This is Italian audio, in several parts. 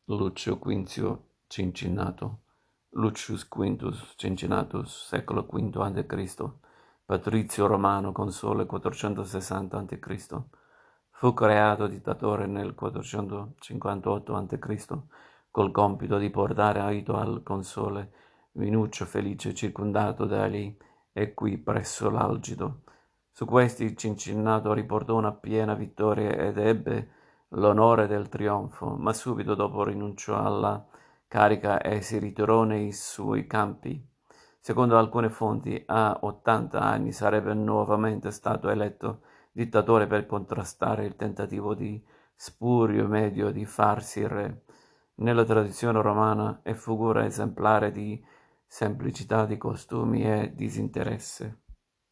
Lucio Quinzio Cincinnato, Lucius Quintus Cincinnatus, secolo V a.C., patrizio romano, console 460 a.C., fu creato dittatore nel 458 a.C., col compito di portare aiuto al console Minuccio Felice circondato dagli equi presso l'Algido. Su questi Cincinnato riportò una piena vittoria ed ebbe l'onore del trionfo, ma subito dopo rinunciò alla carica e si ritirò nei suoi campi. Secondo alcune fonti, a 80 anni sarebbe nuovamente stato eletto dittatore per contrastare il tentativo di Spurio Medio di farsi re. Nella tradizione romana è figura esemplare di semplicità di costumi e disinteresse.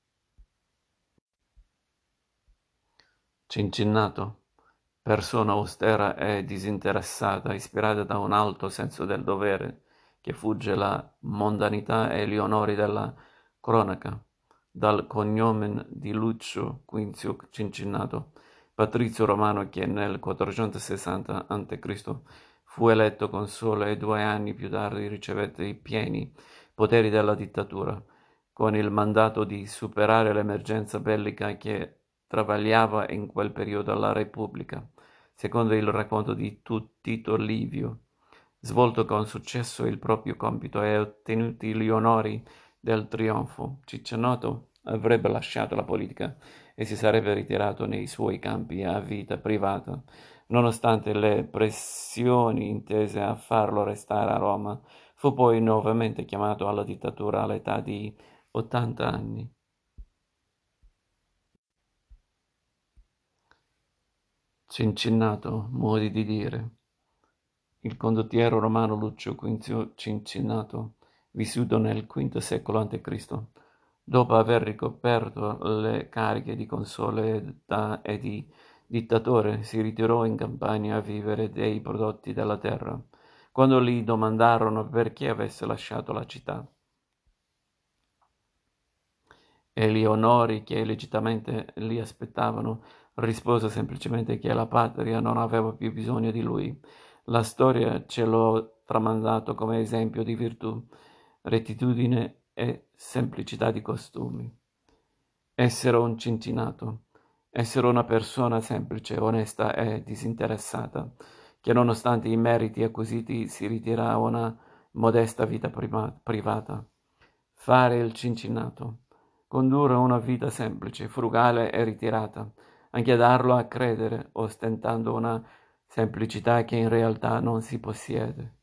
Cincinnato, persona austera e disinteressata, ispirata da un alto senso del dovere, che fugge la mondanità e gli onori della cronaca, dal cognomen di Lucio Quinzio Cincinnato, patrizio romano che nel 460 a.C. fu eletto console e 2 anni più tardi ricevette i pieni poteri della dittatura, con il mandato di superare l'emergenza bellica che travagliava in quel periodo la Repubblica, secondo il racconto di Tito Livio. Svolto con successo il proprio compito e ottenuti gli onori del trionfo, Cincinnato avrebbe lasciato la politica e si sarebbe ritirato nei suoi campi a vita privata, nonostante le pressioni intese a farlo restare a Roma. Fu poi nuovamente chiamato alla dittatura all'età di 80 anni. Cincinnato, modi di dire. Il condottiero romano Lucio Quinzio Cincinnato, vissuto nel V secolo a.C., dopo aver ricoperto le cariche di console e di dittatore, si ritirò in campagna a vivere dei prodotti della terra. Quando gli domandarono perché avesse lasciato la città e gli onori che legittimamente li aspettavano, rispose semplicemente che la patria non aveva più bisogno di lui. La storia ce l'ho tramandato come esempio di virtù, rettitudine e semplicità di costumi. Essere un Cincinnato, essere una persona semplice, onesta e disinteressata, che nonostante i meriti acquisiti si ritira a una modesta vita privata. Fare il Cincinnato, condurre una vita semplice, frugale e ritirata, anche darlo a credere, ostentando una semplicità che in realtà non si possiede.